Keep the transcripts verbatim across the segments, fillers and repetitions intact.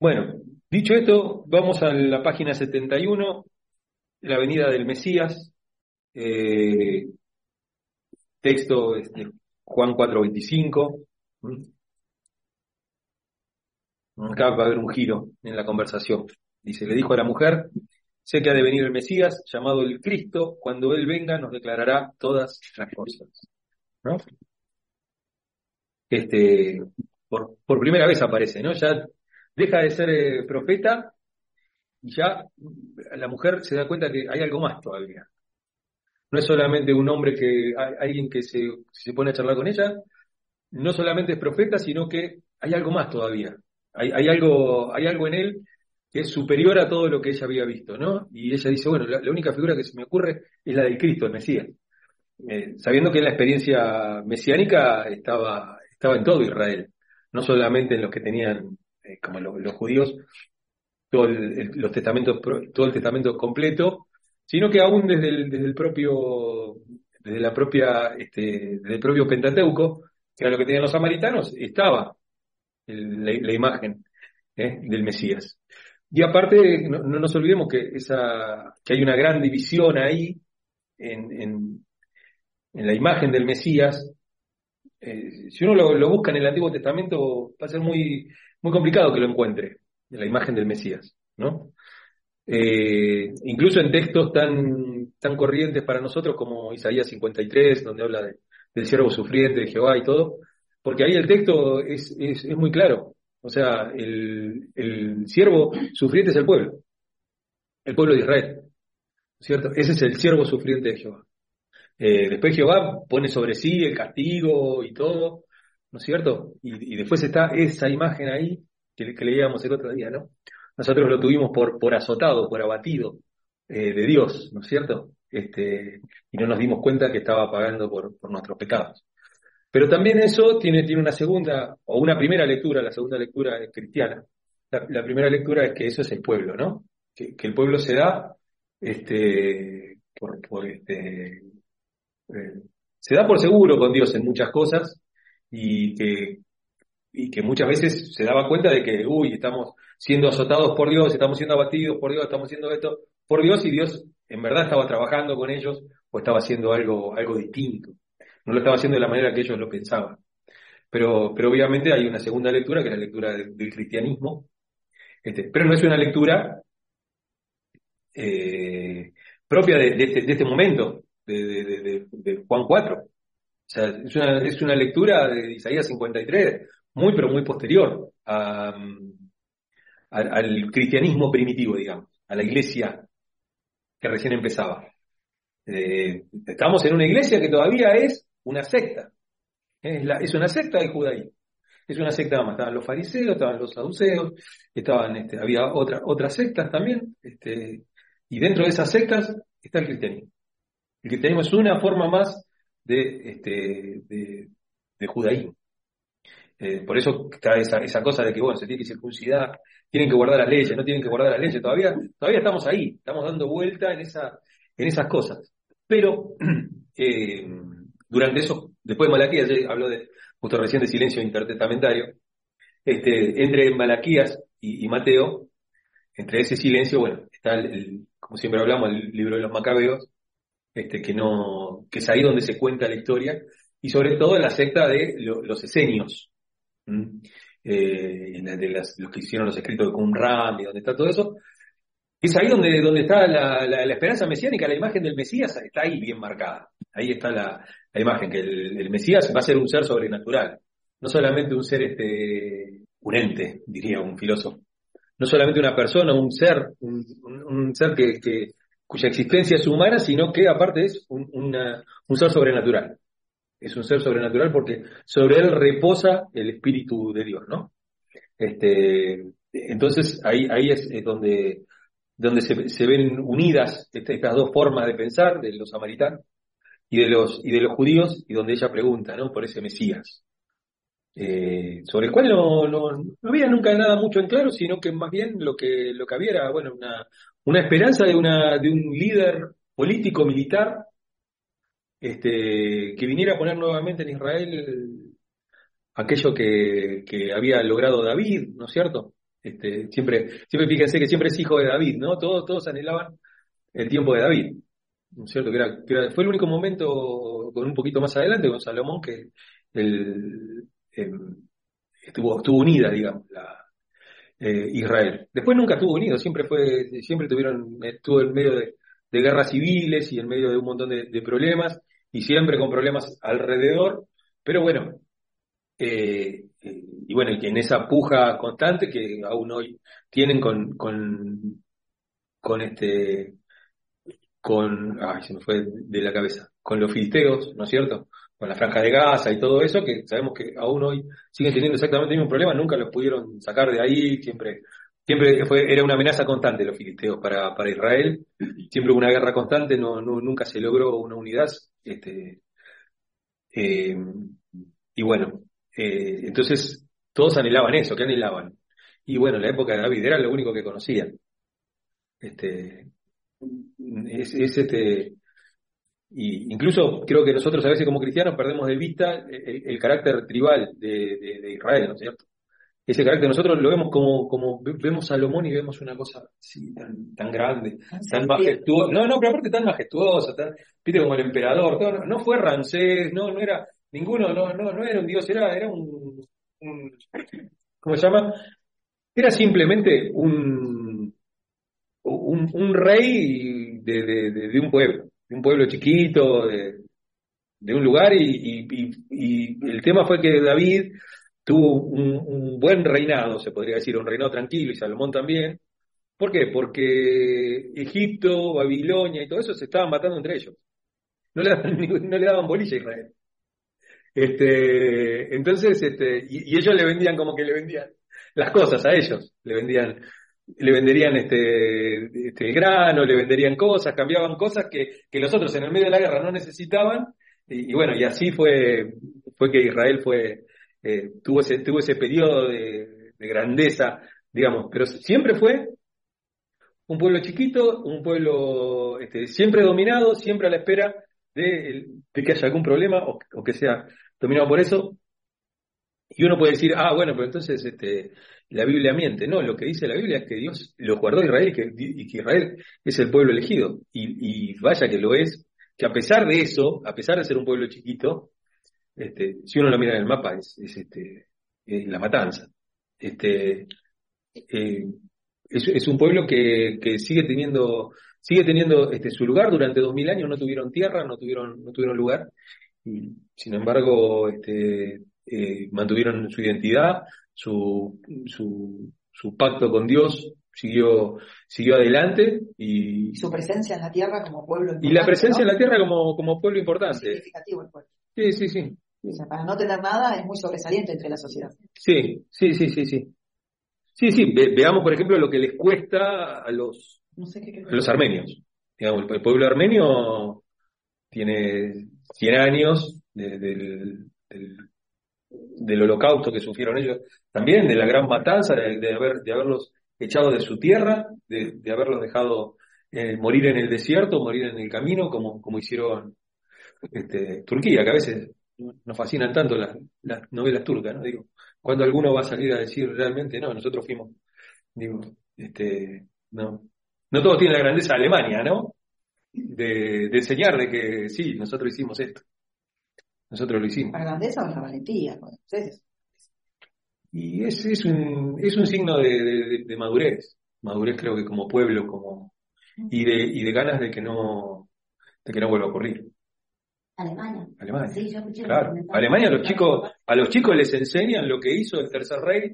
Bueno, dicho esto, vamos a la página setenta y uno, la venida del Mesías, eh, texto este, Juan cuatro veinticinco. Acá va a haber un giro en la conversación. Dice, le dijo a la mujer, sé que ha de venir el Mesías, llamado el Cristo, cuando Él venga nos declarará todas las cosas. ¿No? Este, por, por primera vez aparece, ¿no? Ya deja de ser eh, profeta y ya la mujer se da cuenta que hay algo más todavía. No es solamente un hombre que, hay, alguien que se, se pone a charlar con ella, no solamente es profeta, sino que hay algo más todavía. Hay, hay algo, hay algo en él que es superior a todo lo que ella había visto, ¿no? Y ella dice, bueno, la, la única figura que se me ocurre es la del Cristo, el Mesías. Eh, sabiendo que la experiencia mesiánica estaba, estaba en todo Israel, no solamente en los que tenían, eh, como lo- los judíos, todo el, el- los testamentos, pro- todo el testamento completo, sino que aún desde el, desde el propio, desde la propia, este, desde el propio Pentateuco, que era lo que tenían los samaritanos, estaba el- la, la imagen, ¿eh? del Mesías. Y aparte, no, no nos olvidemos que esa, que hay una gran división ahí en, en, en la imagen del Mesías. Eh, si uno lo, lo busca en el Antiguo Testamento, va a ser muy, muy complicado que lo encuentre, la imagen del Mesías, ¿no? Eh, incluso en textos tan, tan corrientes para nosotros como Isaías cincuenta y tres, donde habla de- del siervo sufriente de Jehová y todo, porque ahí el texto es, es, es muy claro. O sea, el, el siervo sufriente es el pueblo, el pueblo de Israel, ¿cierto? Ese es el siervo sufriente de Jehová. Eh, después Jehová pone sobre sí el castigo y todo, ¿no es cierto? Y, y después está esa imagen ahí que, que leíamos el otro día, ¿no? Nosotros lo tuvimos por, por azotado, por abatido eh, de Dios, ¿no es cierto? Este, y no nos dimos cuenta que estaba pagando por, por nuestros pecados. Pero también eso tiene, tiene una segunda, o una primera lectura, la segunda lectura es cristiana. La, la primera lectura es que eso es el pueblo, ¿no? Que, que el pueblo se da este, por, por este, eh, se da por seguro con Dios en muchas cosas y que, y que muchas veces se daba cuenta de que, uy, estamos siendo azotados por Dios, estamos siendo abatidos por Dios, estamos haciendo esto por Dios y Dios en verdad estaba trabajando con ellos o estaba haciendo algo, algo distinto. No lo estaba haciendo de la manera que ellos lo pensaban. Pero, pero obviamente hay una segunda lectura, que es la lectura de- del cristianismo, este, pero no es una lectura eh, propia de, de este, de este momento, de, de- de- de- de Juan cuatro. O sea, es una, es una lectura de Isaías cincuenta y tres, muy pero muy posterior a, al, al cristianismo primitivo, digamos, a la iglesia que recién empezaba. Eh, estamos en una iglesia que todavía es una secta, ¿eh? es, la- es una secta del judaísmo. Es una secta más. Estaban los fariseos, estaban los saduceos, estaban, este, había otra, otras sectas también, este, y dentro de esas sectas está el cristianismo. El cristianismo es una forma más de, este, de, de judaísmo. Eh, por eso está esa, esa cosa de que, bueno, se tiene que circuncidar, tienen que guardar las leyes, no tienen que guardar las leyes. Todavía, todavía estamos ahí, estamos dando vuelta en, esa, en esas cosas. Pero eh, durante eso, después de Malaquías, ya habló de, justo recién de silencio intertestamentario, este, entre Malaquías y, y Mateo, entre ese silencio, bueno, está el, el- como siempre hablamos, el libro de los Macabeos, este, que no, que es ahí donde se cuenta la historia, y sobre todo la secta de lo- los esenios. ¿Mm? Eh, en la de las- los que hicieron los escritos de Qumran y donde está todo eso, es ahí donde, donde está la, la- la esperanza mesiánica, la imagen del Mesías está ahí bien marcada. Ahí está la, la imagen, que el, el Mesías va a ser un ser sobrenatural, no solamente un ser, este, un ente, diría un filósofo, no solamente una persona, un ser, un, un- un ser que, que- cuya existencia es humana, sino que aparte es un, una- un ser sobrenatural. Es un ser sobrenatural porque sobre él reposa el Espíritu de Dios, ¿no? Este, entonces ahí, ahí es, es donde, donde se, se ven unidas este- estas dos formas de pensar de los samaritanos y de los, y de los judíos, y donde ella pregunta, ¿no? Por ese Mesías, eh, sobre el cual no, no, no había nunca nada mucho en claro, sino que más bien lo que, lo que había era, bueno, una, una esperanza de, una, de un líder político militar, este, que viniera a poner nuevamente en Israel aquello que, que había logrado David, ¿no es cierto? Este, siempre, siempre fíjense que siempre es hijo de David, ¿no? Todos, todos anhelaban el tiempo de David, ¿no es cierto? Que era, que era- fue el único momento, con un poquito más adelante, con Salomón, que el, em, estuvo, estuvo unida, digamos, la, eh, Israel. Después nunca estuvo unido, siempre fue, siempre tuvieron, estuvo en medio de, de guerras civiles y en medio de un montón de, de problemas, y siempre con problemas alrededor, pero bueno, eh, eh, y bueno, y que en esa puja constante que aún hoy tienen con, con, con este, con, ay, se me fue de la cabeza, con los filisteos, ¿no es cierto? Con la Franja de Gaza y todo eso, que sabemos que aún hoy siguen teniendo exactamente el mismo problema, nunca los pudieron sacar de ahí, siempre, siempre fue, era una amenaza constante los filisteos para, para Israel, siempre hubo una guerra constante, no, no, nunca se logró una unidad, este, eh, y bueno, eh, entonces todos anhelaban eso, ¿qué anhelaban? Y bueno, en la época de David era lo único que conocían. Este, es, es este, y incluso creo que nosotros a veces como cristianos perdemos de vista el, el carácter tribal de, de, de Israel, ¿no es cierto? Ese carácter nosotros lo vemos como, como ve- vemos a Salomón y vemos una cosa así tan, tan grande, tan majestuosa. No, no, pero aparte tan majestuosa, tan, viste, como el emperador. todo, no, no fue Ramsés, no, no era ninguno, no, no, no era un dios, era, era un, un, ¿cómo se llama? Era simplemente un, un, un rey de, de, de, de un pueblo, de un pueblo chiquito, de, de un lugar, y, y, y, y el tema fue que David tuvo un, un buen reinado, se podría decir, un reinado tranquilo, y Salomón también. ¿Por qué? Porque Egipto, Babilonia y todo eso se estaban matando entre ellos. No le daban, no le daban bolilla a Israel. Este, entonces, este, y, y ellos le vendían como que le vendían las cosas a ellos, le vendían, le venderían este, este grano, le venderían cosas, cambiaban cosas que, que los otros en el medio de la guerra no necesitaban, y, y bueno, y así fue, fue que Israel fue, eh, tuvo ese, tuvo ese periodo de, de grandeza, digamos, pero siempre fue un pueblo chiquito, un pueblo este, siempre dominado, siempre a la espera de, de que haya algún problema o, o que sea dominado por eso. Y uno puede decir, ah, bueno, pero entonces este, la Biblia miente. No, lo que dice la Biblia es que Dios los guardó a Israel y que, y que Israel es el pueblo elegido. Y, y vaya que lo es, que a pesar de eso, a pesar de ser un pueblo chiquito, este, si uno lo mira en el mapa, es, es, este, es la matanza. Este, eh, es, es un pueblo que, que sigue teniendo, sigue teniendo este, su lugar. Durante dos mil años no tuvieron tierra, no tuvieron, no tuvieron lugar, y sin embargo este, eh, mantuvieron su identidad, su, su, su pacto con Dios siguió, siguió adelante, y, Y su presencia en la tierra como pueblo y la importante, presencia ¿no? en la tierra como, como pueblo Muy importante. significativo el pueblo. Sí, sí, sí. O sea, para no tener nada es muy sobresaliente entre la sociedad. Sí, sí, sí, sí, sí. Sí, sí, ve- veamos por ejemplo lo que les cuesta a los, No sé qué a crees. los armenios. Digamos, el, el pueblo armenio tiene cien años de- del, del, del holocausto que sufrieron ellos, también de la gran matanza, de, de haber, de haberlos echado de su tierra, de, de haberlos dejado eh, morir en el desierto, morir en el camino, como, como hicieron este, Turquía, que a veces nos fascinan tanto las, las novelas turcas, ¿no? Digo, cuando alguno va a salir a decir realmente, no, nosotros fuimos, digo, este, no, no todos tienen la grandeza de Alemania, ¿no? De, de enseñar de que sí, nosotros hicimos esto, nosotros lo hicimos. La grandeza o la valentía. Pues, es- Y es, es un, es un signo de, de- de madurez, madurez creo que como pueblo, como, y de, y de ganas de que no, de que no vuelva a ocurrir. Alemania. Alemania, Sí, yo escuché los claro. comentarios. Alemania, a los chicos, a los chicos les enseñan lo que hizo el Tercer Rey.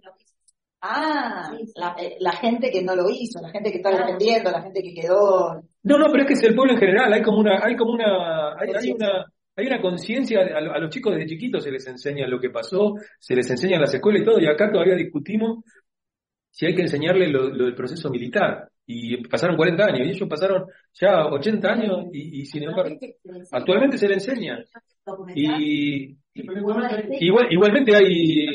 Ah, Sí, sí. la, eh, la gente que no lo hizo, la gente que está Claro. defendiendo, la gente que quedó. No, no, pero es que es el pueblo en general, hay como una, hay como una, hay, hay una, hay una conciencia, a, lo- a los chicos desde chiquitos se les enseña lo que pasó, se les enseña en las escuelas y todo, y acá todavía discutimos si hay que enseñarle lo, lo del proceso militar. Y pasaron cuarenta años, y ellos pasaron ya ochenta años, y, y sin embargo, actualmente se le enseña. Y, y- igual, igualmente hay,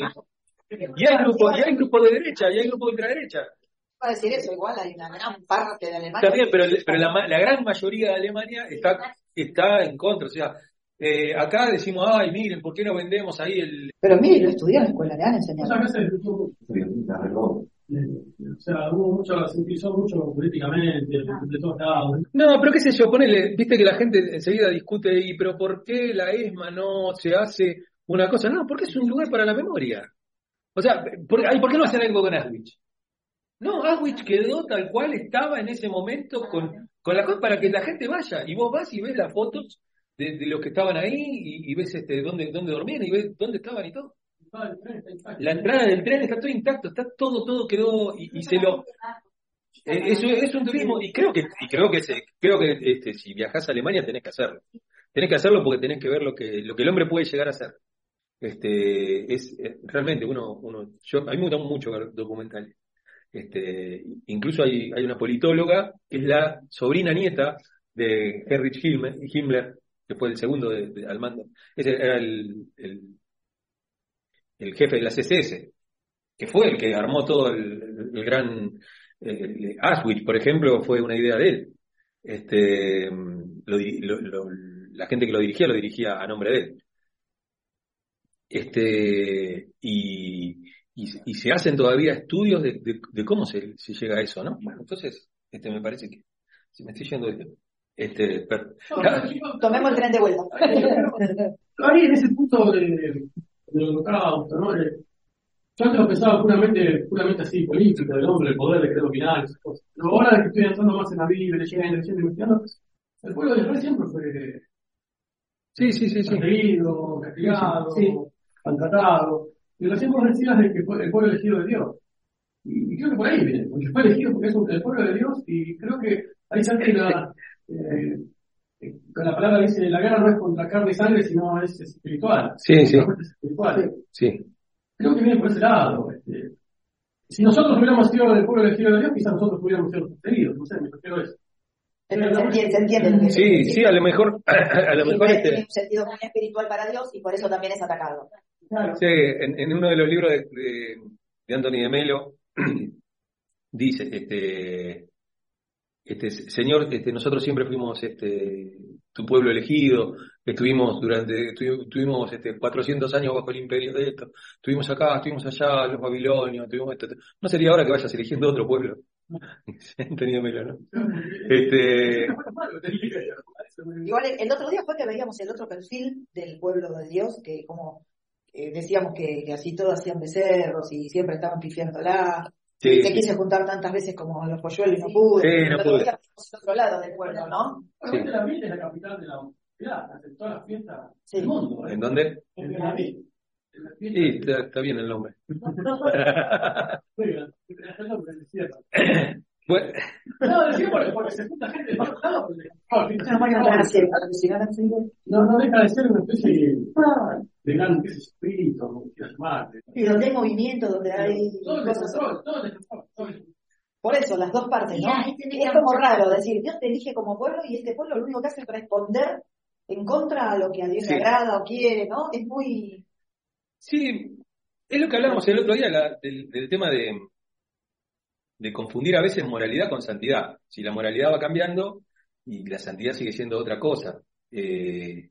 y hay grupos, y hay grupos de derecha, y hay grupos de ultraderecha. Va a decir eso, igual hay una gran parte de Alemania. Está bien, pero, que- pero la, ma- la gran mayoría de Alemania está, está en contra. O sea, eh, acá decimos, ay, miren, ¿por qué no vendemos ahí el... Pero mire, lo estudió en la escuela, le han enseñado. Muchas veces el YouTube la regó. O sea, hubo mucho, se utilizó mucho políticamente, de todos lados. No, pero qué sé yo, ponele, viste que la gente enseguida discute, y pero ¿por qué la ESMA no se hace una cosa? No, porque es un lugar para la memoria. O sea, ¿por, ay, ¿por qué no hacen algo con Auschwitz? No, Auschwitz quedó tal cual estaba en ese momento con, con la cosa para que la gente vaya. Y vos vas y ves las fotos de, de los que estaban ahí y, y ves este dónde, dónde dormían y ves dónde estaban y todo. La entrada del tren está todo intacto, está todo, todo quedó y, y se lo... Eh, eso es un turismo y creo que y creo que se, creo que este, si viajás a Alemania tenés que hacerlo. Tenés que hacerlo porque tenés que ver lo que lo que el hombre puede llegar a hacer. Este es eh, realmente uno uno yo a mí me gusta mucho ver documentales. Este, incluso hay hay una politóloga que es la sobrina nieta de Heinrich Himmler, Himmler que fue el segundo de, de, al mando. Ese era el, el el jefe de la C S S, que fue el que armó todo el, el gran eh, Auschwitz, por ejemplo, fue una idea de él. Este, lo, lo, lo, la gente que lo dirigía lo dirigía a nombre de él. Este, y, y, y se hacen todavía estudios de, de, de cómo se, se llega a eso, ¿no? Bueno, entonces, este, me parece que si me estoy yendo de, este, per, tomemos el tren de vuelta. Ahí en ese punto de, del holocausto, ¿no? Eh, Yo antes lo pensaba puramente, puramente así, política, del hombre, el poder de querer dominar, esas cosas. Pero ahora que estoy entrando más en la Biblia, leyendo, leyendo, investigando, el pueblo de Israel siempre fue sí, sí, sí, sí. perseguido, castigado, Sí. maltratado. Y recién vos decías de que fue el pueblo elegido de Dios. Y, y creo que por ahí viene, porque fue elegido porque es un, el pueblo de Dios, y creo que ahí se hace la, eh, con la palabra dice, la guerra no es contra carne y sangre, sino es espiritual. Sí, sí. Es espiritual. Sí. Creo que viene por ese lado. Este, si nosotros hubiéramos sido del pueblo elegido de Dios, quizás nosotros hubiéramos sido perseguidos. No sé, me refiero a eso. Se entiende, se entiende lo que Sí, sí, a lo mejor, a, a lo sí, mejor tiene este, un sentido muy espiritual para Dios y por eso también es atacado. Claro. sí, en, en uno de los libros de, de, de Anthony de Melo dice, este, este señor, este, nosotros siempre fuimos este tu pueblo elegido, estuvimos durante, estuvimos, estuvimos este, cuatrocientos años bajo el imperio de esto, estuvimos acá, estuvimos allá, los babilonios, estuvimos esto, no sería ahora que vayas eligiendo otro pueblo. Anthony de Melo, ¿no? Este, Igual el, el otro día fue que veíamos el otro perfil del pueblo de Dios, que como eh, decíamos que, que así todos hacían becerros y siempre estaban pifiándola. Sí, se sí. quise juntar tantas veces como los polluelos y no pude. Sí, no el otro pude. día fuimos al otro lado del pueblo, ¿no? Sí. La Villa es la capital de la ciudad, hace todas las fiestas Sí. del mundo. ¿eh? ¿En dónde? En Tel Aviv. Sí, está, está bien el nombre. Bueno, no, decía porque, porque se junta gente de todos lados. No, no deja de ser una especie de gran espíritu, como quieras llamarte. Y donde hay movimiento, donde hay Todo el cosas. descontrol, todo el descontrol, todo el Por eso, las dos partes, ¿no? Es como raro decir, Dios te elige como pueblo y este pueblo lo único que hace es responder en contra a lo que a Dios Sí. le agrada o quiere, ¿no? Es muy... sí, es lo que hablábamos el otro día la, del, del tema de, de confundir a veces moralidad con santidad. Si la moralidad va cambiando y la santidad sigue siendo otra cosa. Eh,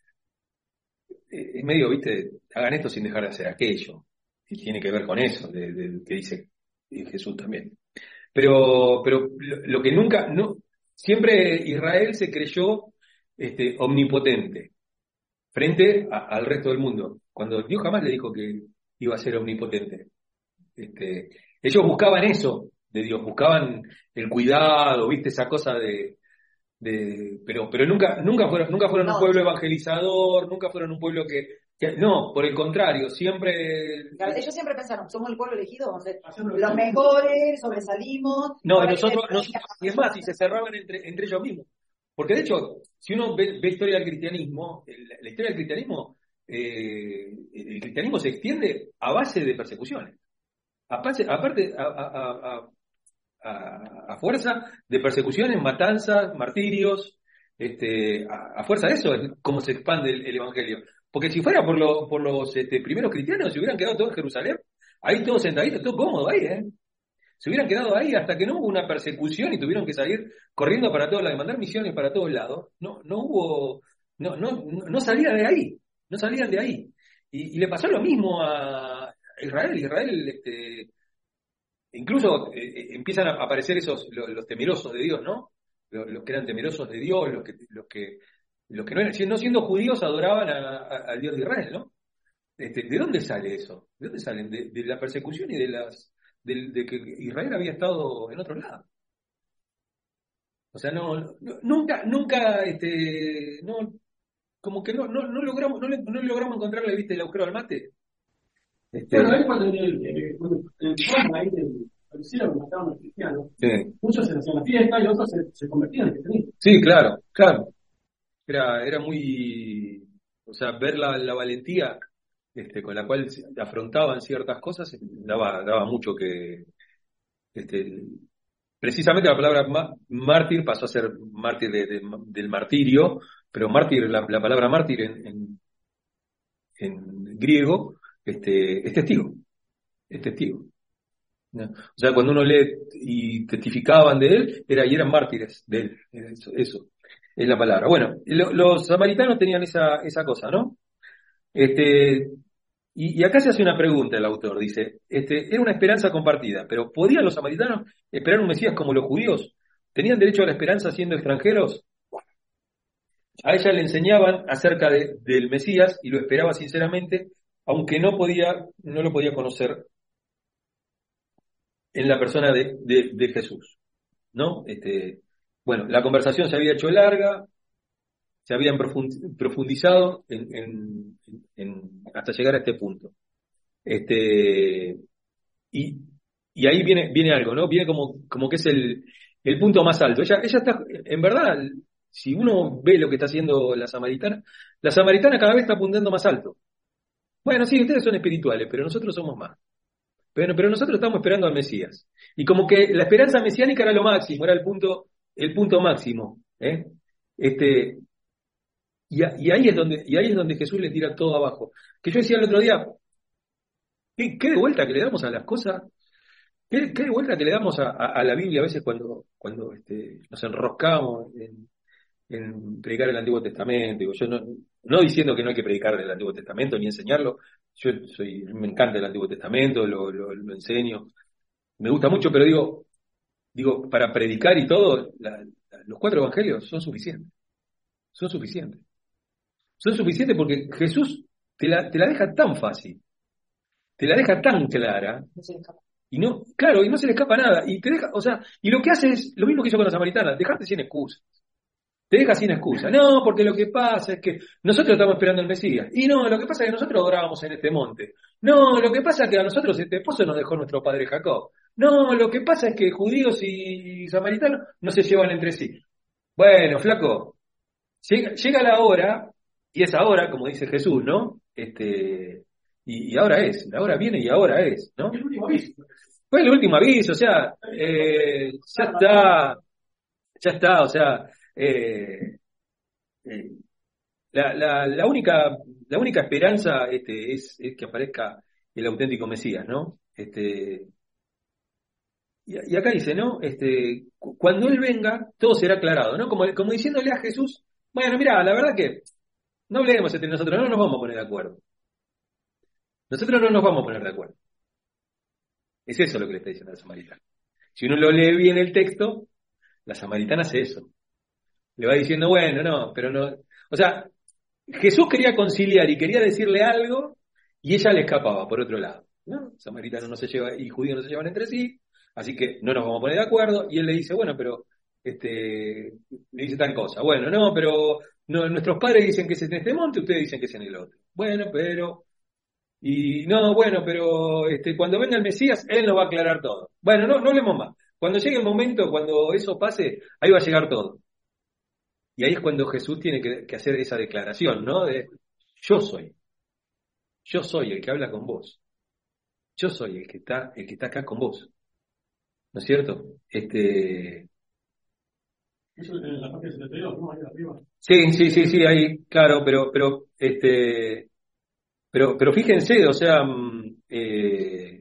es medio, viste, hagan esto sin dejar de hacer aquello. Y tiene que ver con eso, de, de, que dice Jesús también. Pero, pero lo, lo que nunca, no, siempre Israel se creyó este, omnipotente frente a, al resto del mundo. Cuando Dios jamás le dijo que iba a ser omnipotente. Este, ellos buscaban eso de Dios, buscaban el cuidado, viste, esa cosa de, de pero, pero nunca, nunca fueron, nunca fueron No. un pueblo evangelizador, nunca fueron un pueblo que, que- no, por el contrario, siempre. Ellos siempre pensaron, somos el pueblo elegido, vamos a ser los mejores, sobresalimos. No, y ahora nosotros, viene- nosotros, y es más, y se cerraban entre, entre ellos mismos. Porque de hecho, si uno ve, ve historia del cristianismo, el- la historia del cristianismo, eh, el cristianismo se extiende a base de persecuciones. Aparte, aparte a, a- a- a- a fuerza de persecuciones, matanzas, martirios, este, a, a fuerza de eso es como se expande el, el evangelio. Porque si fuera por, lo- por los este, primeros cristianos, se hubieran quedado todos en Jerusalén, ahí todos sentaditos, todo cómodo ahí, ¿eh? Se hubieran quedado ahí hasta que no hubo una persecución y tuvieron que salir corriendo para todos lados, mandar misiones para todos lados. No, no hubo, no, no, no salía de ahí, no salían de ahí. Y, y le pasó lo mismo a Israel. Israel, este, incluso eh, empiezan a aparecer esos, los, los temerosos de Dios, ¿no? Los, los que eran temerosos de Dios, los que, los que, los que no, eran, no siendo judíos adoraban a, a, al Dios de Israel, ¿no? Este, ¿de dónde sale eso? ¿De dónde salen? De, de la persecución y de las de, de que Israel había estado en otro lado. O sea, no, no nunca, nunca, este, no, como que no, no, no logramos, no, le, no logramos encontrarle, viste, el agujero al mate. Este, Bueno, ahí cuando en el, eh, cuando en el programa ahí del pareciera que mataban a los cristianos, sí. muchos se hacían la fiesta y otros se, se convertían en cristianismo. Sí, claro, claro. Era, era muy, o sea, ver la, la valentía este, con la cual afrontaban ciertas cosas daba, daba mucho que, este, precisamente la palabra ma- mártir pasó a ser mártir de, de- del martirio, pero mártir, la, la palabra mártir en, en, en griego, este, es testigo, es testigo. ¿No? O sea, cuando uno lee y testificaban de él, era, y eran mártires de él, eso, eso es la palabra. Bueno, lo- los samaritanos tenían esa, esa cosa, ¿no? Este, y, y acá se hace una pregunta el autor, dice, este, era una esperanza compartida, pero ¿podían los samaritanos esperar un Mesías como los judíos? ¿Tenían derecho a la esperanza siendo extranjeros? A ella le enseñaban acerca de- del Mesías y lo esperaba sinceramente, aunque no podía, no lo podía conocer en la persona de, de- de Jesús, ¿no? Este, bueno, la conversación se había hecho larga, se habían profund- profundizado en, en- en- hasta llegar a este punto. Este, y, y ahí viene, viene algo, ¿no? Viene como, como que es el, el punto más alto. Ella, ella está, en verdad, si uno ve lo que está haciendo la samaritana, la samaritana cada vez está apuntando más alto. Bueno, sí, ustedes son espirituales, pero nosotros somos más. Pero, pero nosotros estamos esperando al Mesías. Y como que la esperanza mesiánica era lo máximo, era el punto, el punto máximo. ¿eh? Este, y, a- y ahí es donde, y ahí es donde Jesús le tira todo abajo. Que yo decía el otro día, ¿qué, qué de vuelta que le damos a las cosas? ¿Qué, qué de vuelta que le damos a, a- a la Biblia a veces cuando, cuando este, nos enroscamos en, en predicar el Antiguo Testamento? Digo, yo no, no diciendo que no hay que predicar el Antiguo Testamento ni enseñarlo. Yo soy, me encanta el Antiguo Testamento, lo, lo, lo enseño, me gusta mucho, pero digo, digo, para predicar y todo, la- la- los cuatro evangelios son suficientes. Son suficientes. Son suficientes porque Jesús te la, te la deja tan fácil, te la deja tan clara. No se le escapa. Y no, claro, y no se le escapa nada. Y te deja, o sea, y lo que hace es lo mismo que hizo con la samaritana, dejarte sin excusa. Te deja sin excusa. No, porque lo que pasa es que nosotros estamos esperando el Mesías. Y no, lo que pasa es que nosotros adorábamos en este monte. No, lo que pasa es que a nosotros este esposo nos dejó nuestro padre Jacob. No, lo que pasa es que judíos y samaritanos no se llevan entre sí. Bueno, flaco, llega, llega la hora, y es ahora, como dice Jesús, ¿no? Este, y, y ahora es, la hora viene y ahora es, ¿no? El último aviso. Fue el último aviso, o sea, eh, ya está, ya está, o sea, eh, eh, la, la, la única, la única esperanza este, es, es que aparezca el auténtico Mesías, ¿no? Este, y, y acá dice, ¿no? Este, cu- cuando Él venga, todo será aclarado, ¿no? Como, como diciéndole a Jesús, bueno, mira, la verdad que no hablemos entre nosotros, no nos vamos a poner de acuerdo. Nosotros no nos vamos a poner de acuerdo. Es eso lo que le está diciendo a la samaritana. Si uno lo lee bien el texto, la samaritana hace eso. Le va diciendo, bueno, no, pero no. O sea, Jesús quería conciliar y quería decirle algo y ella le escapaba por otro lado. ¿No? Samaritano no se lleva y judío no se llevan entre sí, así que no nos vamos a poner de acuerdo. Y él le dice, bueno, pero este, le dice tal cosa. Bueno, no, pero no, nuestros padres dicen que es en este monte, ustedes dicen que es en el otro. Bueno, pero. Y no, bueno, pero este, cuando venga el Mesías, él nos va a aclarar todo. Bueno, no, no hablemos más. Cuando llegue el momento, cuando eso pase, ahí va a llegar todo. Y ahí es cuando Jesús tiene que, que hacer esa declaración, ¿no? De yo soy, yo soy el que habla con vos, yo soy el que está, el que está acá con vos, ¿no es cierto? Este, Eso en la parte setenta y dos, ¿no? Ahí arriba. sí, sí, sí, sí, ahí, claro, pero, pero, este, pero, pero fíjense, o sea, mm, eh,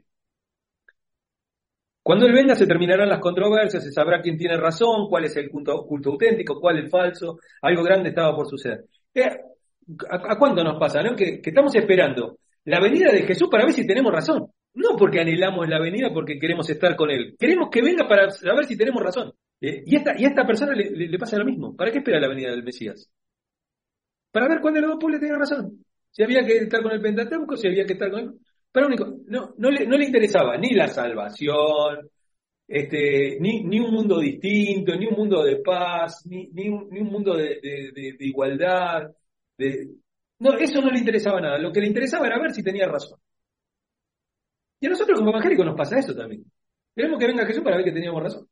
cuando Él venga se terminarán las controversias, se sabrá quién tiene razón, cuál es el culto, culto auténtico, cuál el falso, algo grande estaba por suceder. Eh, ¿a, a cuánto nos pasa, no? Que, que estamos esperando la venida de Jesús para ver si tenemos razón. no porque anhelamos la venida, porque queremos estar con Él. Queremos que venga para saber si tenemos razón. Eh, y, esta, y a esta persona le, le, le pasa lo mismo. ¿Para qué espera la venida del Mesías? Para ver cuál de los dos pueblos tenía razón. Si había que estar con el Pentateuco, si había que estar con él. Pero único, no, no, le, no le interesaba ni la salvación, este, ni, ni un mundo distinto, ni un mundo de paz, ni, ni, un, ni un mundo de, de, de, de igualdad. De... No, eso no le interesaba nada. Lo que le interesaba era ver si tenía razón. Y a nosotros como evangélicos nos pasa eso también. Queremos que venga Jesús para ver que teníamos razón.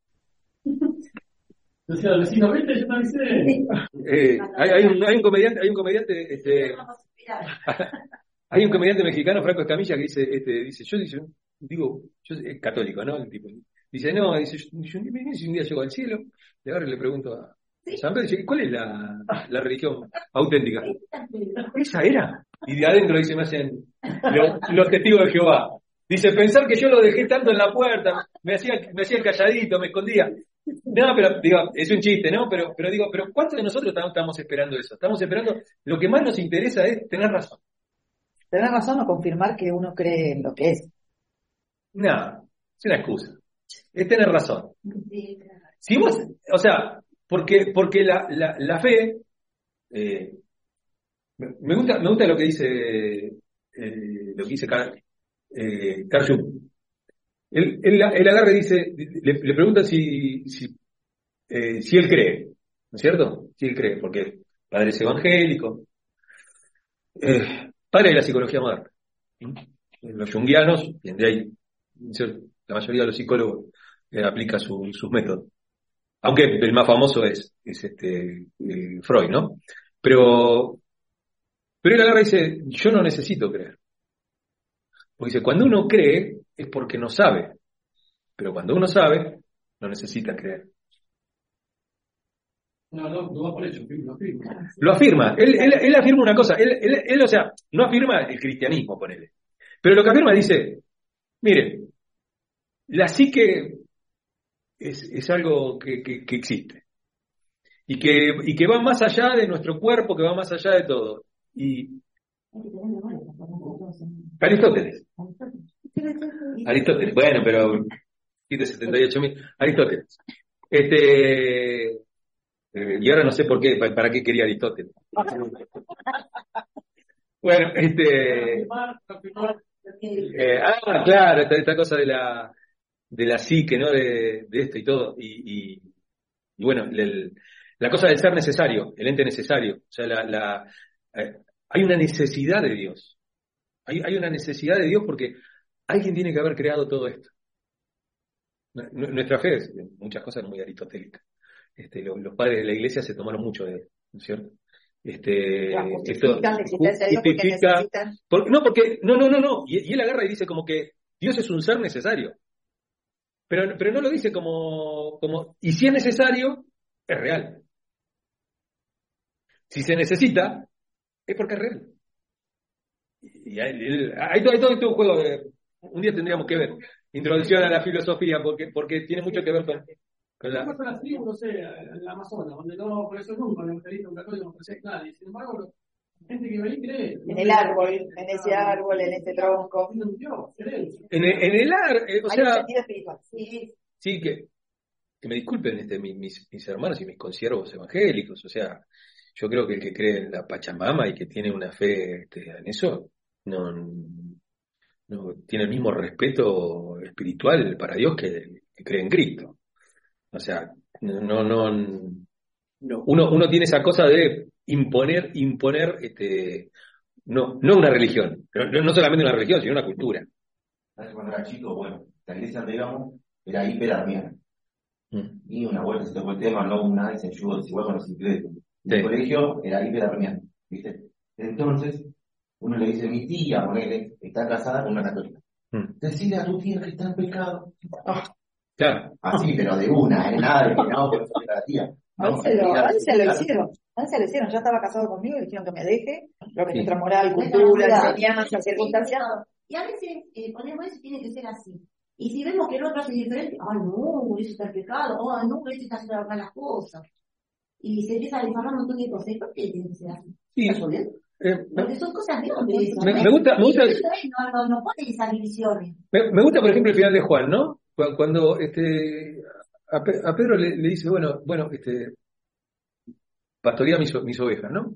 Decía el vecino, vete, yo también sé. Eh, hay, hay, un, hay un comediante, hay un comediante, este, hay un comediante mexicano, Franco Escamilla, que dice, este, dice, yo dice, digo, yo es católico, ¿no? El tipo, dice, no, dice, yo, yo, si un día llego al cielo, y ahora le pregunto a San Pedro, dice, ¿cuál es la, la religión auténtica? Esa era. Y de adentro dice, me hacen los, los testigos de Jehová. Dice, pensar que yo lo dejé tanto en la puerta, me hacía, me hacía el calladito, me escondía. No, pero digo, es un chiste, ¿no? Pero, pero digo, pero ¿cuántos de nosotros estamos esperando eso? Estamos esperando, lo que más nos interesa es tener razón. Tener razón o confirmar que uno cree en lo que es. No, es una excusa. Es tener razón. Si vos, o sea, porque, porque la, la, la fe, eh, me gusta, me gusta lo que dice, eh, lo que dice Carl, eh, Carl Jung. Él, él, él agarra y dice, le, le pregunta si, si, eh, si él cree, ¿no es cierto? Si él cree, porque padre es evangélico, eh, padre de la psicología moderna. Los junguianos, y de ahí la mayoría de los psicólogos eh, aplica su, sus métodos. Aunque el más famoso es, es este eh, Freud, ¿no? Pero, pero él agarra y dice, yo no necesito creer. Porque dice, cuando uno cree es porque no sabe. Pero cuando uno sabe, no necesita creer. No, no, no va por hecho, lo afirma. Lo afirma. Él, él, él afirma una cosa. Él, él, él, o sea, no afirma el cristianismo, ponele. Pero lo que afirma dice, mire, la psique es, es algo que, que, que existe. Y que, y que va más allá de nuestro cuerpo, que va más allá de todo. Y Aristóteles. Aristóteles. Bueno, pero ciento setenta y ocho mil. Aristóteles. Este, eh, y ahora no sé por qué, para, para qué quería Aristóteles. Bueno, este, eh, ah, claro, esta, esta cosa de la, de la psique, ¿no? De, de esto y todo. Y, y, y bueno, el, la cosa del ser necesario, el ente necesario. O sea, la, la, eh, hay una necesidad de Dios. Hay, hay una necesidad de Dios porque alguien tiene que haber creado todo esto. Nuestra fe es muchas cosas muy aristotélica. Este, los, los padres de la iglesia se tomaron mucho de él, ¿no es cierto? Este, esto justifica, por, no, porque, no, no, no, no, y, y él agarra y dice como que Dios es un ser necesario, pero, pero no lo dice como, como, y si es necesario, es real. Si se necesita, es porque es real. Y hay, hay, todo, hay todo este juego de, un día tendríamos que ver, introducción a la filosofía, porque, porque tiene mucho que ver con... La cosa las tribus, no sé, en la Amazonas, donde no, por eso nunca, el evangelista, un católico, no presenta a nadie. Sin embargo, gente que ahí cree. En el árbol, en ese árbol, en ese tronco. En el, en el árbol, eh, o Hay sea. un sentido espiritual. Sí, sí que, que me disculpen este, mis, mis, mis hermanos y mis consiervos evangélicos, o sea, yo creo que el que cree en la Pachamama y que tiene una fe este, en eso, no, no tiene el mismo respeto espiritual para Dios que, que cree en Cristo. O sea, no, no, no, no, uno, uno tiene esa cosa de imponer, imponer, este, no, no una religión, no, no solamente una religión, sino una cultura. Cuando era chico, bueno, la iglesia, digamos, era hiperarmiana. Mm. Y una vuelta se tocó el tema, no una vez en yugo desigual con los ingleses. Sí. El colegio era hiperarmiano, ¿viste? Entonces, uno le dice, mi tía, ponele, está casada con una católica. Mm. Decirle a tu tía que está en pecado. Oh. Claro. Así, pero de una, ¿eh? Nada de que no, pero eso era la tía. A No, veces lo, a veces lo hicieron, a veces lo hicieron, ya estaba casado conmigo y dijeron que me deje, lo que es nuestra moral, cultura, enseñanza, circunstancias. Y a veces eh, ponemos eso, tiene que ser así. Y si vemos que el otro hace diferente, ah, no, eso está pecado, ah, no, este está haciendo las cosas. Y se empieza a difamar un montón de cosas. ¿Por qué tiene que ser así? Sí. ¿Está bien? Eh, Porque son cosas grandes. me, me gusta, me gusta, No, no, no ponen esas divisiones. me, me gusta, por ejemplo, el final de Juan, ¿no? Cu- Cuando este a, Pe- a Pedro le, le dice, bueno, bueno, este, pastorea mis, o- mis ovejas, ¿no?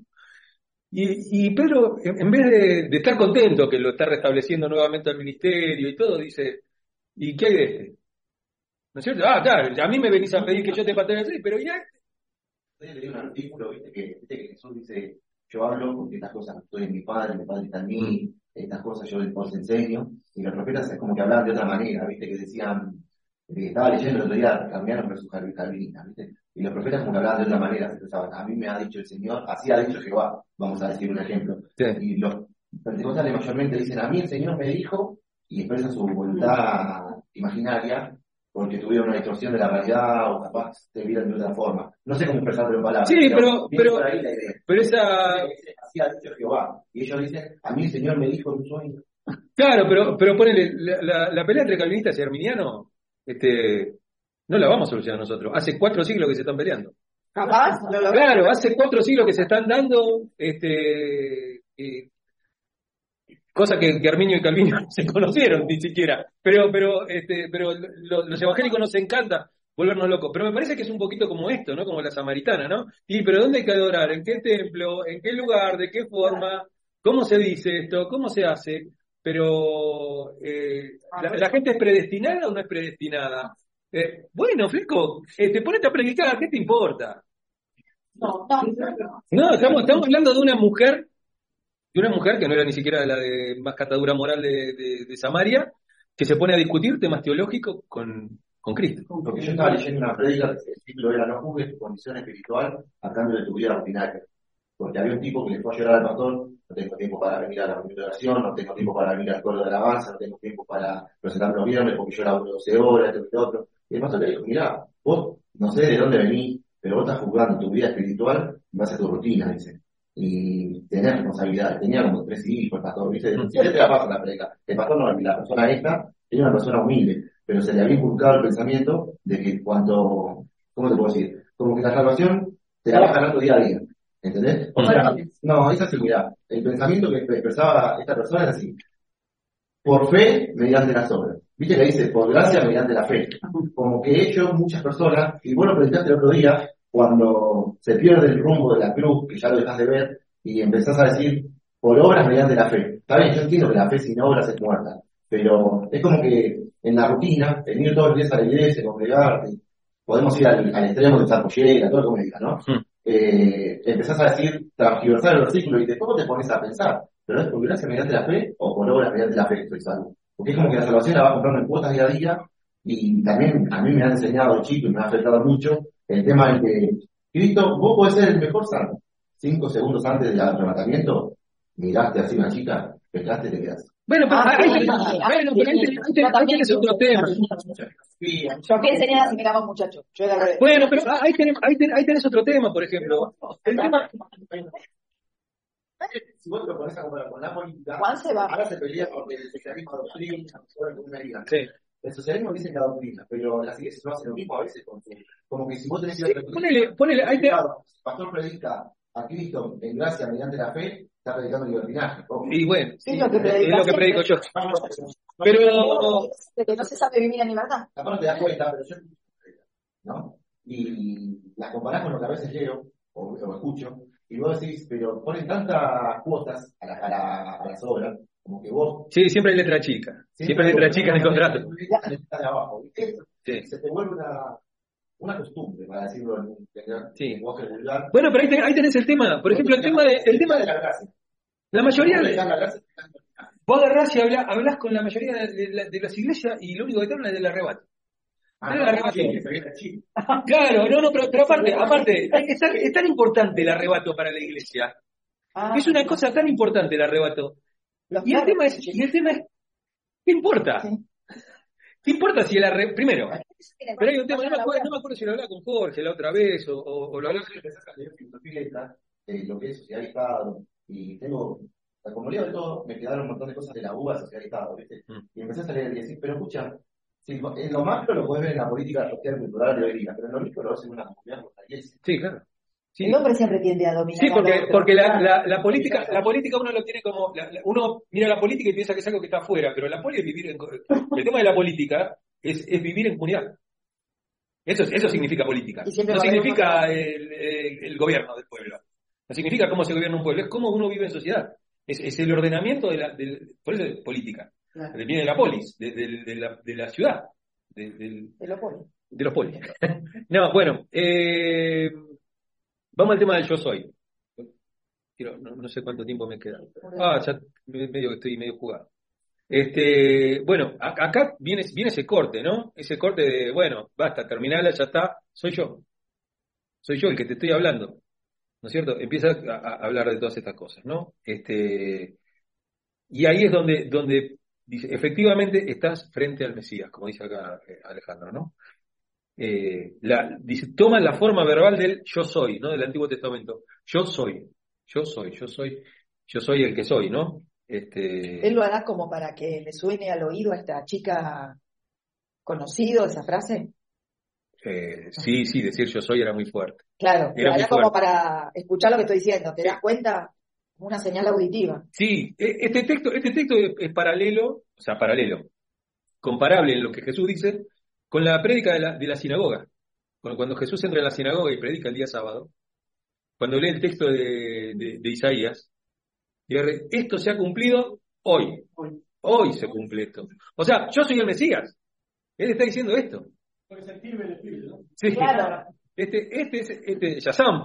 Y, y Pedro, en, en vez de, de estar contento que lo está restableciendo nuevamente al ministerio y todo, dice, ¿y qué hay de este? ¿No es cierto? Ah, claro, a mí me venís a pedir que yo te patee así, pero ya. Yo leí un artículo, viste que, viste que Jesús dice, yo hablo porque estas cosas estoy en mi Padre, mi Padre está en mí, estas cosas yo os enseño, y los profetas es como que hablaban de otra manera, viste, que decían, que estaba leyendo el otro día, cambiaron versus calvinistas, viste, y los profetas como que hablaban de otra manera, se expresaban, a mí me ha dicho el Señor, así ha dicho Jehová, vamos a decir un ejemplo, Sí. y los pentecostales mayormente dicen, a mí el Señor me dijo, y expresan su voluntad imaginaria, porque tuvieron una distorsión de la realidad o capaz te vieron de otra forma. No sé cómo expresarlo en palabras. Sí, pero, viene pero, por ahí la idea. pero esa, Así ha dicho Jehová. Y ellos dicen, a mí el Señor me dijo en un sueño. claro, pero, pero ponele, la, la, la pelea entre calvinistas y arminianos, este, no la vamos a solucionar nosotros. Hace cuatro siglos que se están peleando. Capaz, no lo Claro, hace cuatro siglos que se están dando, este, eh, cosa que, que Arminio y Calvino no se conocieron ni siquiera. Pero, pero, este, pero lo- los evangélicos nos encanta volvernos locos. Pero me parece que es un poquito como esto, ¿no? Como la samaritana, ¿no? Y, pero ¿dónde hay que adorar? ¿En qué templo? ¿En qué lugar? ¿De qué forma? ¿Cómo se dice esto? ¿Cómo se hace? Pero, eh, ¿la, la gente es predestinada o no es predestinada? Eh, bueno, flaco, este, ponete a predicar, ¿qué te importa? No, no, no. No, estamos, estamos hablando de una mujer, de una mujer que no era ni siquiera la de más catadura moral de, de, de Samaria, que se pone a discutir temas teológicos con, con Cristo. Porque yo estaba leyendo una prédica que el título era No juzgues tu condición espiritual a cambio de tu vida ordinaria. Porque había un tipo que le fue a llorar al pastor, no tengo tiempo para venir a la reunión de oración, no tengo tiempo para venir al coro de alabanza, no tengo tiempo para presentarme los viernes porque yo laburo doce horas, esto y lo otro. Y el pastor le dijo, mirá, vos no sé de dónde venís, pero vos estás juzgando tu vida espiritual en base a tu rutina, dice. Y tenés responsabilidad, tenía como tres hijos el pastor, ¿viste? Siempre te la pasa la predica. El pastor no, la persona esta, era una persona humilde, pero se le había inculcado el pensamiento de que cuando, ¿cómo te puedo decir? Como que la salvación te la vas ganando día a día. ¿Entendés? O sea, no, esa seguridad. El pensamiento que expresaba esta persona era así. Por fe, mediante las obras. Viste que dice, por gracia, mediante la fe. Como que ellos, muchas personas, y vos lo predicaste el otro día, cuando se pierde el rumbo de la cruz, que ya lo dejas de ver, y empezás a decir, por obras mediante la fe. Está bien, yo entiendo que la fe sin obras es muerta, pero es como que en la rutina, venir todos los días a la iglesia, congregarte, podemos ir al, al extremo de usar pollera, todo lo que me diga, ¿no? Eh, empezás a decir, transgiversar el versículo y después te pones a pensar, pero es por gracia mediante la fe o por obras mediante la fe que estoy salvo. Porque es como que la salvación la vas comprando en cuotas día a día y también a mí me han enseñado de chico y me ha afectado mucho el tema de que, Cristo, vos podés ser el mejor santo. Cinco segundos antes del arrebatamiento, miraste así una chica, pecaste y te quedas. Bueno, pero Ah, ahí, sí, bueno, sí. pero ahí tenés- ahí tenés- ahí tenés otro tema. Yo que enseñaba así miraba muchacho. Yo era re- Bueno, pero ahí tenés, ahí tenés, ahí tenés otro tema, por ejemplo. El tema, Si vos te lo pones a comparar con la política, Juan se va. ahora se pelea con el socialismo doctrina, ahora con una liga. sí. El socialismo dice que doctrina, pero las iglesias no hacen lo mismo a veces. Con su- como que si vos tenés Sí, ponele, ponele, ahí te, el pastor predica a Cristo en gracia mediante la fe, está predicando el libertinaje. ¿Cómo? y bueno, sí, Es lo que es predica lo que predico yo. Pero, de que no se sabe vivir en libertad. Aparte te das cuenta, pero yo ¿no? Y las comparás con lo que a veces leo o, o escucho, y vos decís, pero ponen tantas cuotas a, la, a, la, a las obras, como que vos... sí, siempre hay letra chica. Siempre hay letra chica en el contrato. Está de abajo, ¿viste? Sí. Se te vuelve una, una costumbre, para decirlo en un Sí. lenguaje vulgar. Bueno, pero ahí, ten- ahí tenés el tema. Por ejemplo, el tema de, el tema de de la gracia. la mayoría Vos le de, das la gracia, vos agarrás y hablas, hablas con la mayoría de, de- de las iglesias y lo único que te hablan es del arrebato. Ah, Del no, arrebato. sí, que se viene chico. Claro, no, no, pero, pero aparte, aparte, es tan, es tan importante el arrebato para la iglesia. Ah, Es una cosa tan importante el arrebato. los Y el claros. tema es, y el tema es, ¿qué importa? Sí. ¿Qué importa si el arrebato, primero, pero hay un tema, no me acuerdo, no me acuerdo si lo hablaba con Jorge la otra vez o, o, o lo hablaba. Yo empecé a leer filosofía y letras, eh, lo que es sociedad y Estado, y tengo, o sea, como leo de todo, me quedaron un montón de cosas de la U A, sociedad y Estado, ¿viste? Mm. Y empecé a leer y decir, pero escucha, si, en lo macro lo puedes ver en la política social cultural de hoy día, pero en lo micro lo ves en una comunidad como la iglesia. Sí, claro. Sí. El hombre siempre tiende a dominar. Sí, porque, al otro. porque la, la, la política, la política uno lo tiene como, la, la, uno mira la política y piensa que es algo que está afuera, pero la poli es vivir en, el tema de la política es, es vivir en comunidad. Eso, eso significa política. Y siempre No va a haber significa uno- el, el, el gobierno del pueblo. No significa cómo se gobierna un pueblo, es cómo uno vive en sociedad. Es, es el ordenamiento de la, del, por eso es política. Claro. Viene de la polis, de, de, de, la, de la ciudad, de, del- Te lo pone. de los polis. No, bueno, eh, vamos al tema del yo soy. Quiero- no, no sé cuánto tiempo me queda. Ah, ya me- medio que estoy medio jugado. Este, bueno, a- acá viene, viene ese corte, ¿no? Ese corte de, bueno, basta, terminala, ya está, soy yo. Soy yo el que te estoy hablando, ¿no es cierto? Empieza a, a hablar de todas estas cosas, ¿no? Este, y ahí es donde, donde dice, efectivamente estás frente al Mesías, como dice acá eh, Alejandro, ¿no? Eh, la, dice, toma la forma verbal del yo soy, ¿no? Del Antiguo Testamento. Yo soy, yo soy, yo soy, yo soy el que soy, ¿no? Este, Él lo hará como para que le suene al oído a esta chica conocido esa frase. eh, sí, sí, decir yo soy era muy fuerte. Claro, Era lo muy hará como fuerte. para escuchar lo que estoy diciendo. ¿Te Sí. das cuenta? Una señal auditiva. Sí, e- este texto, este texto es, es paralelo, o sea, paralelo, comparable en lo que Jesús dice con la prédica de la, de la sinagoga. Cuando, cuando Jesús entra en la sinagoga y predica el día sábado, cuando lee el texto de, de, de Isaías, y dice, esto se ha cumplido hoy, Hoy. hoy se cumple esto. O sea, yo soy el Mesías. Él está diciendo esto. Porque se active el espíritu, ¿no? Sí. Claro. Este, este es, este, Yazam.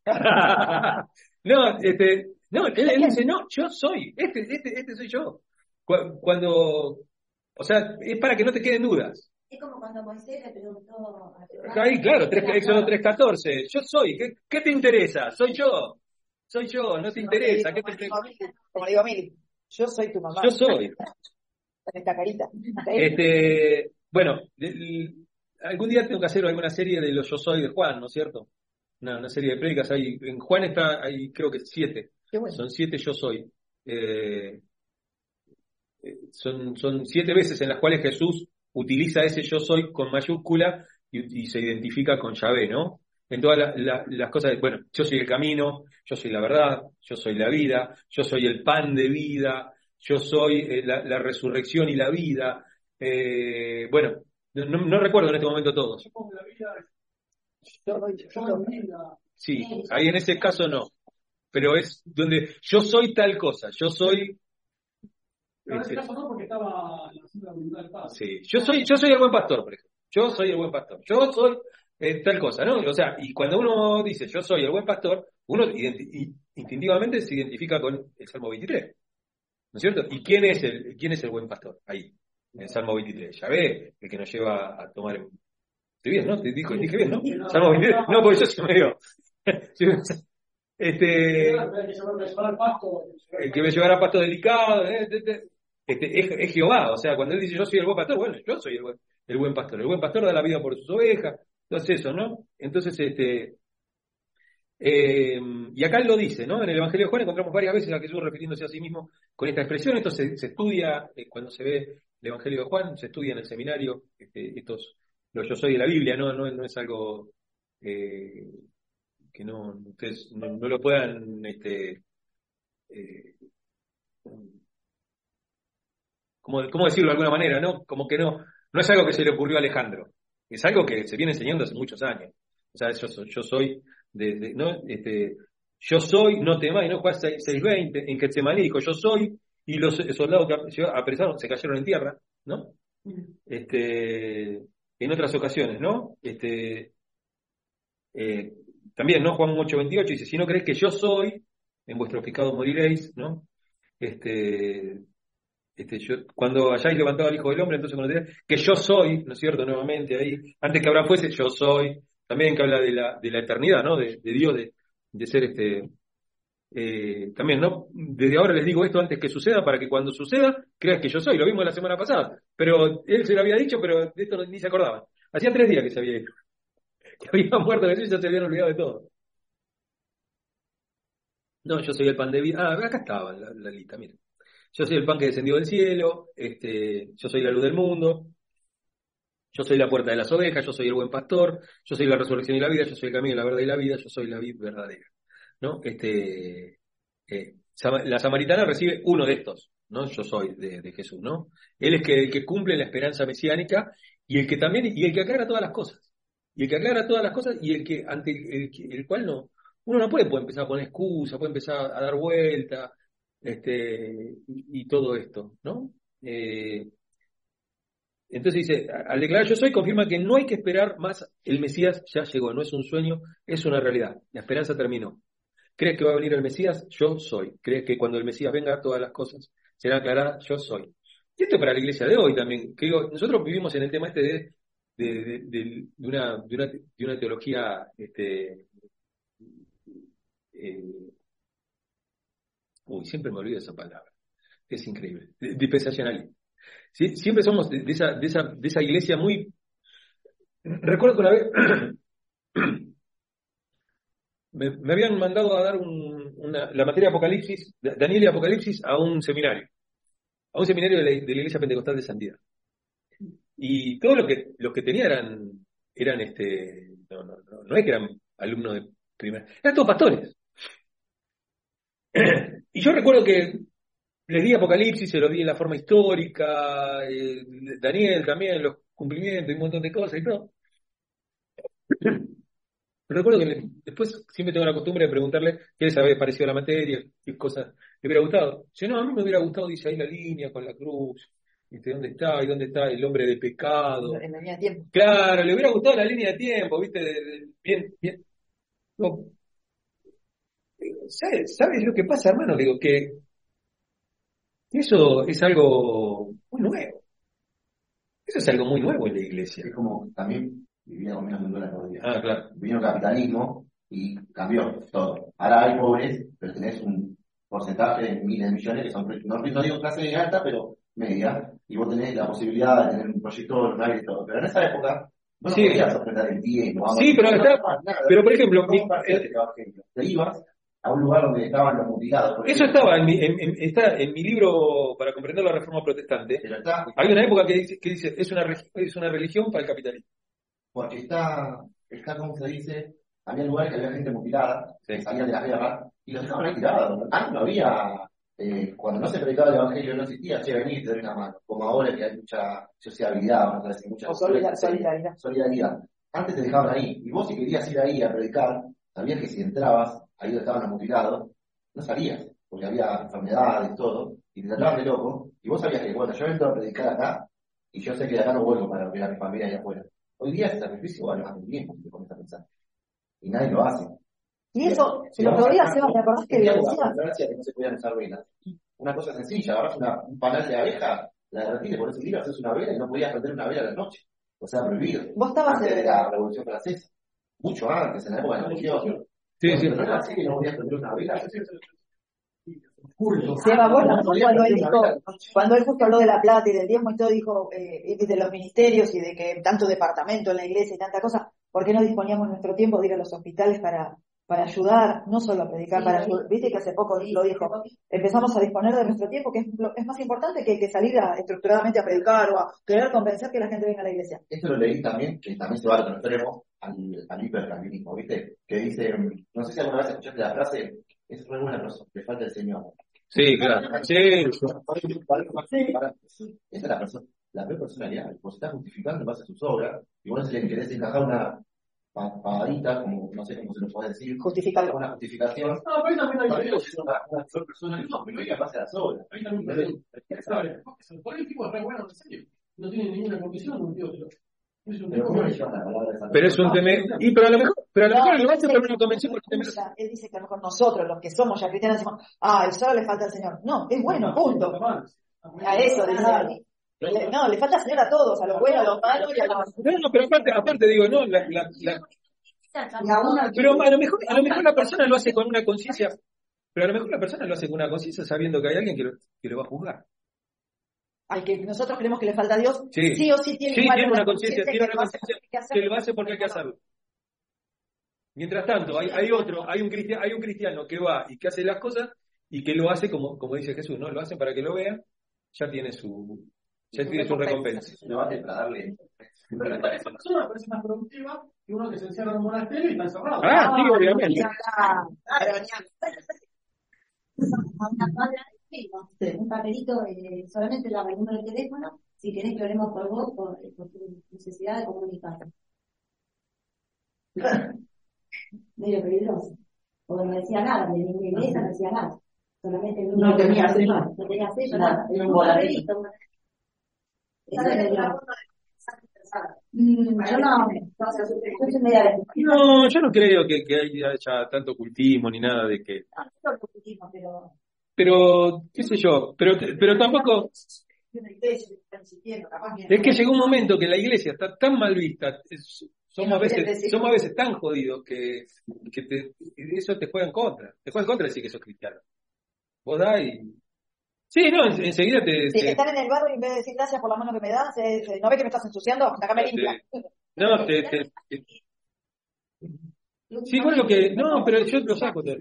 No, este, no, él, él dice, no, yo soy, este, este, este soy yo. Cu- Cuando, o sea, es para que no te queden dudas. Es como cuando Moisés le preguntó a Jehová. Ahí, claro, tres- Éxodo tres catorce, yo soy, ¿qué, qué te interesa? Soy yo, soy yo, no te interesa, ¿qué te Como interesa? le digo, como le digo a Mili, yo soy tu mamá. Yo soy. Con esta carita. Este, bueno, el- algún día tengo que hacer alguna serie de los yo soy de Juan, ¿no es cierto? Una, una serie de prédicas, hay, en Juan está, hay creo que siete, Qué bueno. son siete yo soy. Eh, eh, son, son siete veces en las cuales Jesús utiliza ese yo soy con mayúscula y, y se identifica con Yahvé, ¿no? En todas la- la- las cosas, de, bueno, yo soy el camino, yo soy la verdad, yo soy la vida, yo soy el pan de vida, yo soy eh, la, la resurrección y la vida. Eh, bueno, no, no recuerdo en este momento todos. Supongo que la vida Yo soy, es yo yo soy. vida. Sí, ahí en ese caso no, pero es donde yo soy tal cosa, yo soy... Pero en este este, caso no, porque estaba haciendo la voluntad del Padre. Sí, yo soy, yo soy el buen pastor, por ejemplo. Yo soy el buen pastor. Yo soy eh, tal cosa, ¿no? O sea, y cuando uno dice yo soy el buen pastor, uno identi- i- instintivamente se identifica con el Salmo veintitrés, ¿no es cierto? ¿Y quién es el, quién es el buen pastor? Ahí, en el Salmo veintitrés. Yahvé, el que nos lleva a tomar. Estoy bien, ¿no? Te dijo, dije bien, ¿no? Salmo veintitrés. No, porque yo se me dio. Este, Hay que llevar al pasto. el que me llevará a pasto delicado, eh, eh, eh. Este, es, es Jehová, o sea, cuando él dice yo soy el buen pastor, bueno, yo soy el buen, el buen pastor, el buen pastor da la vida por sus ovejas, entonces eso, ¿no? Entonces, este, eh, y acá él lo dice, ¿no? En el Evangelio de Juan encontramos varias veces a Jesús refiriéndose a sí mismo con esta expresión, esto se, se estudia, eh, cuando se ve el Evangelio de Juan, se estudia en el seminario, este, estos, los yo soy de la Biblia, ¿no? No, no es algo eh, que no, ustedes no, no lo puedan, este, eh, ¿Cómo, cómo decirlo de alguna manera, ¿no? Como que no, no es algo que se le ocurrió a Alejandro, es algo que se viene enseñando hace muchos años. O sea, yo soy, yo soy de, de- ¿no? Este, yo soy, no temáis, ¿no? Juan seis veinte, en Getsemaní dijo, yo soy, y los soldados que apresaron se cayeron en tierra, ¿no? Este, en otras ocasiones, ¿no? Este, eh, también, ¿no? Juan ocho veintiocho dice, si no creéis que yo soy, en vuestros pecados moriréis, ¿no? Este, este, yo, cuando hayáis levantado al Hijo del Hombre, entonces conoceréis que yo soy, ¿no es cierto? Nuevamente ahí, antes que Abraham fuese, yo soy, también que habla de la, de la eternidad, ¿no? De, de Dios, de, de ser este, eh, también, ¿no? Desde ahora les digo esto antes que suceda, para que cuando suceda, creas que yo soy, lo vimos la semana pasada, pero él se lo había dicho, pero de esto ni se acordaba. Hacía tres días que se había ido, que había muerto Jesús y ya se habían olvidado de todo. No, yo soy el pan de vida. Ah, acá estaba la, la lista, miren. Yo soy el pan que descendió del cielo, este, yo soy la luz del mundo, Yo soy la puerta de las ovejas, yo soy el buen pastor, yo soy la resurrección y la vida, yo soy el camino, la verdad y la vida, yo soy la vid verdadera, ¿no? Este, eh, la samaritana recibe uno de estos, ¿no? Yo soy de, de Jesús, ¿no? Él es que, el que cumple la esperanza mesiánica y el que también, y el que aclara todas las cosas. Y el que aclara todas las cosas y el que, ante el, el, el cual no, uno no puede, puede empezar a poner excusas, puede empezar a dar vuelta, este, y, y todo esto, ¿no? Eh, entonces dice, al declarar yo soy, confirma que no hay que esperar más, el Mesías ya llegó, no es un sueño, es una realidad, la esperanza terminó. ¿Crees que va a venir el Mesías? Yo soy. ¿Crees que cuando el Mesías venga todas las cosas serán aclaradas? Yo soy. Y esto para la iglesia de hoy también, que digo, nosotros vivimos en el tema este de, de, de, de, de, una, de, una, de una teología, este, eh, uy, siempre me olvido esa palabra, es increíble, dispensacionalismo. ¿Sí? Siempre somos de, de, esa, de, esa, de esa iglesia muy... Recuerdo que una vez me, me habían mandado a dar un, una, la materia Apocalipsis, Daniel y Apocalipsis, a un seminario, a un seminario de la, de la Iglesia Pentecostal de Santidad. Y todos los que, los que tenía eran, eran este, no, no, no, no es que eran alumnos de primera, eran todos pastores. Y yo recuerdo que les di Apocalipsis, se los di en la forma histórica, eh, Daniel también, los cumplimientos y un montón de cosas y todo. Pero recuerdo que le, después siempre tengo la costumbre de preguntarle qué les había parecido la materia, qué cosas le hubiera gustado. Dice, no, a mí me hubiera gustado, dice ahí la línea con la cruz, ¿viste? ¿Dónde está? ¿Y dónde está el hombre de pecado? En la línea de tiempo. Claro, le hubiera gustado la línea de tiempo, ¿viste? De, de, bien, bien. No, ¿sabes, ¿Sabes lo que pasa, hermano? Digo, que eso es algo muy nuevo. Eso es algo muy nuevo en la iglesia. Es como también vivía con menos de un dólar por día. Ah, claro. Vino el capitalismo y cambió todo. Ahora hay pobres, pero tenés un porcentaje de miles de millones que son, no, no digo clase alta, pero media, y vos tenés la posibilidad de tener un proyector, un aire y todo. Pero en esa época, vos no sí. podías ofrecer el tiempo. Sí, pero, no, está, no, pero por ejemplo, mi, el, te ibas a un lugar donde estaban los mutilados. Eso estaba en mi, en, en, está en mi libro para comprender la Reforma Protestante. Pero está, hay una época que dice, que dice es, una, es una religión para el capitalismo. Porque está, está como se dice, había lugares que había gente mutilada, sí. Que salían de las guerras, y los dejaban ahí tirados. Antes no había, eh, cuando no se predicaba el evangelio no existía, che, vení y te doy una mano. Como ahora que hay mucha sociabilidad, vamos a decir, mucha solidaridad. solidaridad. Antes te dejaban ahí, y vos si querías ir ahí a predicar, sabías que si entrabas ahí donde estaban los mutilados, no salías, porque había enfermedades, todo, y te trataban de loco, y vos sabías que, bueno, yo entro a predicar acá, y yo sé que de acá no vuelvo para ver a mi familia allá afuera. Hoy día ese sacrificio vale más de un tiempo, si te pones a pensar. Y nadie lo hace. Y eso, si lo podría hacer, ¿te acordás que lo decías? Gracias que no se podían usar velas. Una cosa sencilla, agarras una, un panal de abeja, la derretís, le pones un hilo, haces una vela y no podías prender una vela a la noche. O sea, prohibido. Vos estabas antes en... de la Revolución Francesa. Mucho antes, en la época de la Revolución. Sí, no, sí. Pero no era así que no podías prender una vela. Seba, vos, ¿no? cuando, él dijo, cuando él justo habló de la plata y del diezmo y todo, dijo eh, de los ministerios y de que tanto departamento en la iglesia y tanta cosa, ¿por qué no disponíamos nuestro tiempo de ir a los hospitales para, para ayudar, no solo a predicar, sí, para ayudar? Viste que hace poco lo dijo, empezamos a disponer de nuestro tiempo, que es, es más importante que, que salir a, estructuradamente a predicar o a querer convencer que la gente venga a la iglesia. Esto lo leí también, que también se va a otro extremo, al, al hipercalvinismo, ¿viste? Que dice, no sé si alguna vez escuchaste la frase, es re buena persona, le falta el Señor. Sí, claro. Sí. Esa es la persona, la peor personalidad. Vos estás justificando en base a sus obras, y vos le querés encajar una papadita, como no sé cómo se lo puede decir, justificar una justificación. No, pero ahí también hay es una, una peor persona. No, pero ella pasa a las obras. Ahí también hay. Por ahí el tipo es re bueno, en serio. No tiene ninguna condición, no tío. Pero ¿cómo le llaman la palabra de esa Pero es un tema. Y pero a lo mejor, pero a lo mejor lo hace por una convención porque te mereces. Él dice que a lo mejor nosotros, los que somos ya cristianos, decimos, ah, solo le falta al Señor. No, es bueno, punto. A eso, dice. No, le falta al Señor a todos, a los buenos, a los malos y a los. No, no, pero aparte, aparte digo, no, la, la, la... Pero a lo mejor, a lo mejor la persona lo hace con una conciencia, pero a lo mejor la persona lo hace con una conciencia sabiendo que hay alguien que lo, que lo va a juzgar. Al que nosotros creemos que le falta a Dios, sí, sí o sí tiene, sí, tiene una conciencia, tiene una conciencia que, que lo hace porque hay que hacerlo. Mientras tanto, hay, hay otro, hay un cristiano, hay un cristiano que va y que hace las cosas y que lo hace como, como dice Jesús, ¿no? Lo hacen para que lo vean, ya tiene su, Ya tiene su recompensa. Es un debate para darle. Pero esta- esa persona me parece más productiva que uno que se encierra en un monasterio y está encerrado. Ah, sí, obviamente. Una cuadra de Facebook, un papelito, eh, solamente la el número de teléfono, si querés que hablemos por vos, por, por tu necesidad de comunicarte. Medio peligroso. Porque no decía nada, de ninguna iglesia no decía nada. Solamente el número No tenía de sello. teléfono, no tenía sello, No, nada. era un Un voladito. papelito. Eso es lo Mm, yo no, yo soy media de No, yo no creo que, que haya tanto ocultismo ni nada de que. no, no es ocultismo, pero Pero, qué sé yo, pero, pero tampoco. Es que llegó un momento que la iglesia está tan mal vista, es- somos a veces, somos a veces tan jodidos que, que te, eso te juega en contra. Te juega en contra decir que sos cristiano. Vos da y. Sí, no, en- enseguida te. Sí, te- estar en el barro y en vez de decir gracias por la mano que me das, es, eh, ¿no ves que me estás ensuciando? Acá me limpia. no, te, te- te- Sí, bueno, lo que. No, pero yo lo saco. te-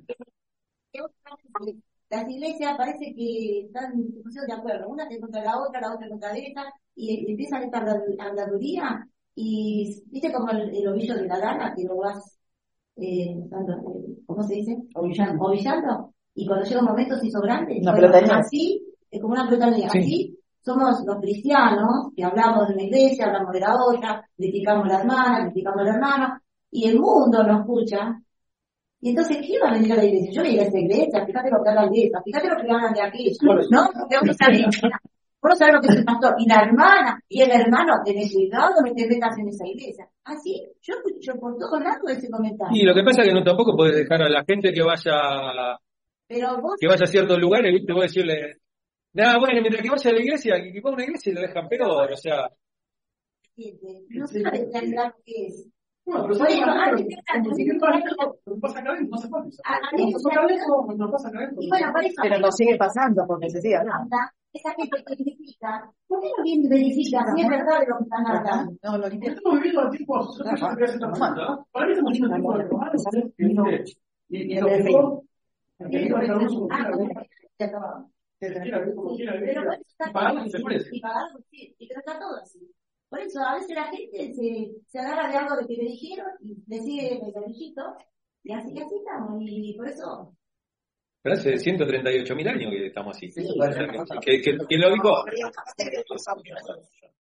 las iglesias parece que están se pusieron de acuerdo, una está contra la otra, la otra contra esta, y empiezan esta andadu- andaduría, y viste como el, el ovillo de la lana, que lo vas, eh, dando, eh, ¿cómo se dice? Ovillando. Ovillando, y cuando llega un momento se hizo grande, Una bueno, pelota de nieve. así, es como una pelota de nieve, Sí. así somos los cristianos, que hablamos de una iglesia, hablamos de la otra, criticamos a la hermana, criticamos al hermano, y el mundo nos escucha. Y entonces, ¿qué va a venir a la iglesia? Yo voy a ir a esa iglesia, fíjate lo que hablan de esa, fíjate lo que hablan de aquello, ¿no? Porque vos no sabés, vos no sabés lo que es el pastor, y la hermana, y el hermano, tenés cuidado, no te metas en esa iglesia. Así, yo escucho por todos lados ese comentario. Y lo que pasa es que no tampoco puedes dejar a la gente que vaya Pero vos, que vaya a ciertos lugares, ¿viste? Vos decirle, nada, bueno, mientras que vaya a la iglesia, que, que va a una iglesia y lo dejan peor, o sea, no sabes en realidad lo que es. Bueno, pero Por ¿sabes eso, qué pasa? antes de estar- Como si esto no pasa acá adentro, no hace falta. A- a No mí- pasa acá adentro, no pasa acá adentro. Y bueno, por eso, Pero nos sigue pasando porque se sigue hablando. esa gente que critica, ¿por qué no viene y verifica si es verdad de lo que están hablando? No, lo Porque limpié. estamos viviendo en tiempos, yo creo que es esta pregunta, para mí estamos viviendo en tiempos electorales, ¿sí? Y y lo mejor, que diga cada uno como Ah, quiera, no, ¿no? ya acabamos. Que quiera ver como quiera Pero por ver, eso está y pagar todo lo que se así, merece. y pagar, sí, y pero está todo así. Por eso a veces la gente se, se agarra de algo de que le dijeron y le sigue el garillito, y así y así estamos, y por eso. pero hace ciento treinta y ocho mil años que estamos así. Sí. Que, que, que lo dijo,